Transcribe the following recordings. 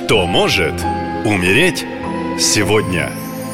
Кто может умереть сегодня?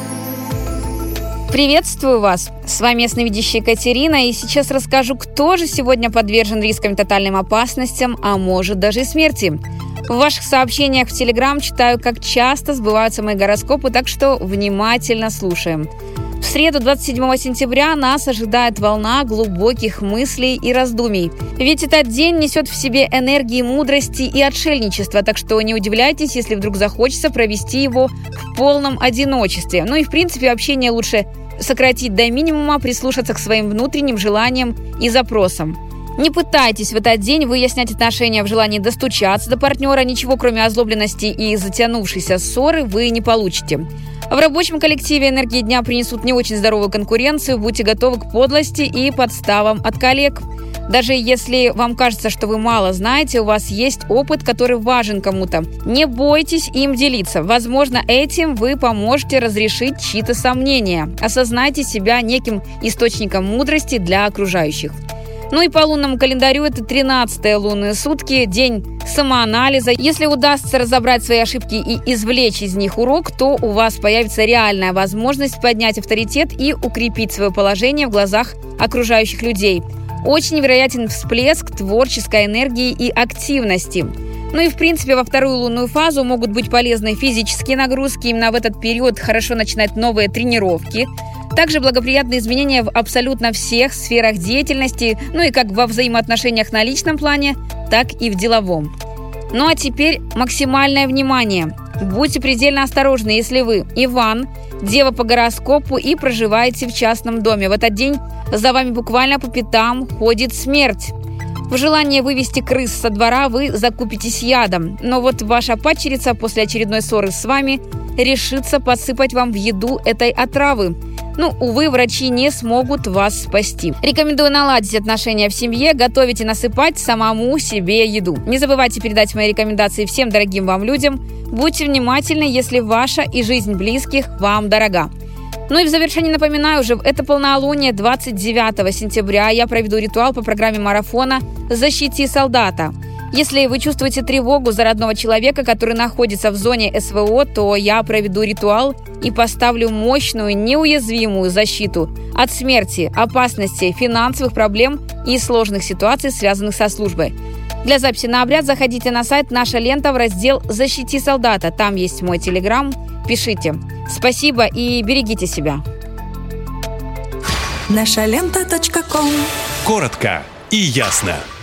Приветствую вас! С вами ясновидящая Екатерина, и сейчас расскажу, кто же сегодня подвержен рискам и тотальным опасностям, а может даже и смерти. В ваших сообщениях в Телеграм читаю, как часто сбываются мои гороскопы, так что внимательно слушаем. В среду, 27 сентября, нас ожидает волна глубоких мыслей и раздумий. Ведь этот день несет в себе энергии мудрости и отшельничества, так что не удивляйтесь, если вдруг захочется провести его в полном одиночестве. Ну и, в принципе, общение лучше сократить до минимума, прислушаться к своим внутренним желаниям и запросам. Не пытайтесь в этот день выяснять отношения в желании достучаться до партнера. Ничего, кроме озлобленности и затянувшейся ссоры, вы не получите. В рабочем коллективе энергии дня принесут не очень здоровую конкуренцию. Будьте готовы к подлости и подставам от коллег. Даже если вам кажется, что вы мало знаете, у вас есть опыт, который важен кому-то. Не бойтесь им делиться. Возможно, этим вы поможете разрешить чьи-то сомнения. Осознайте себя неким источником мудрости для окружающих. Ну и по лунному календарю это 13-е лунные сутки, день самоанализа. Если удастся разобрать свои ошибки и извлечь из них урок, то у вас появится реальная возможность поднять авторитет и укрепить свое положение в глазах окружающих людей. Очень вероятен всплеск творческой энергии и активности. Ну и, в принципе, во вторую лунную фазу могут быть полезны физические нагрузки. Именно в этот период хорошо начинать новые тренировки. Также благоприятные изменения в абсолютно всех сферах деятельности, ну и как во взаимоотношениях на личном плане, так и в деловом. Ну а теперь максимальное внимание. Будьте предельно осторожны, если вы Иван, дева по гороскопу и проживаете в частном доме. В этот день за вами буквально по пятам ходит смерть. В желании вывести крыс со двора вы закупитесь ядом. Но вот ваша падчерица после очередной ссоры с вами решится подсыпать вам в еду этой отравы. Увы, врачи не смогут вас спасти. Рекомендую наладить отношения в семье, готовить и насыпать самому себе еду. Не забывайте передать мои рекомендации всем дорогим вам людям. Будьте внимательны, если ваша и жизнь близких вам дорога. Ну и в завершении напоминаю уже, это полнолуние 29 сентября. Я проведу ритуал по программе марафона «Защити солдата». Если вы чувствуете тревогу за родного человека, который находится в зоне СВО, то я проведу ритуал и поставлю мощную, неуязвимую защиту от смерти, опасности, финансовых проблем и сложных ситуаций, связанных со службой. Для записи на обряд заходите на сайт «Наша лента» в раздел «Защити солдата». Там есть мой телеграм. Пишите. Спасибо и берегите себя. Нашалента.ком. Коротко и ясно.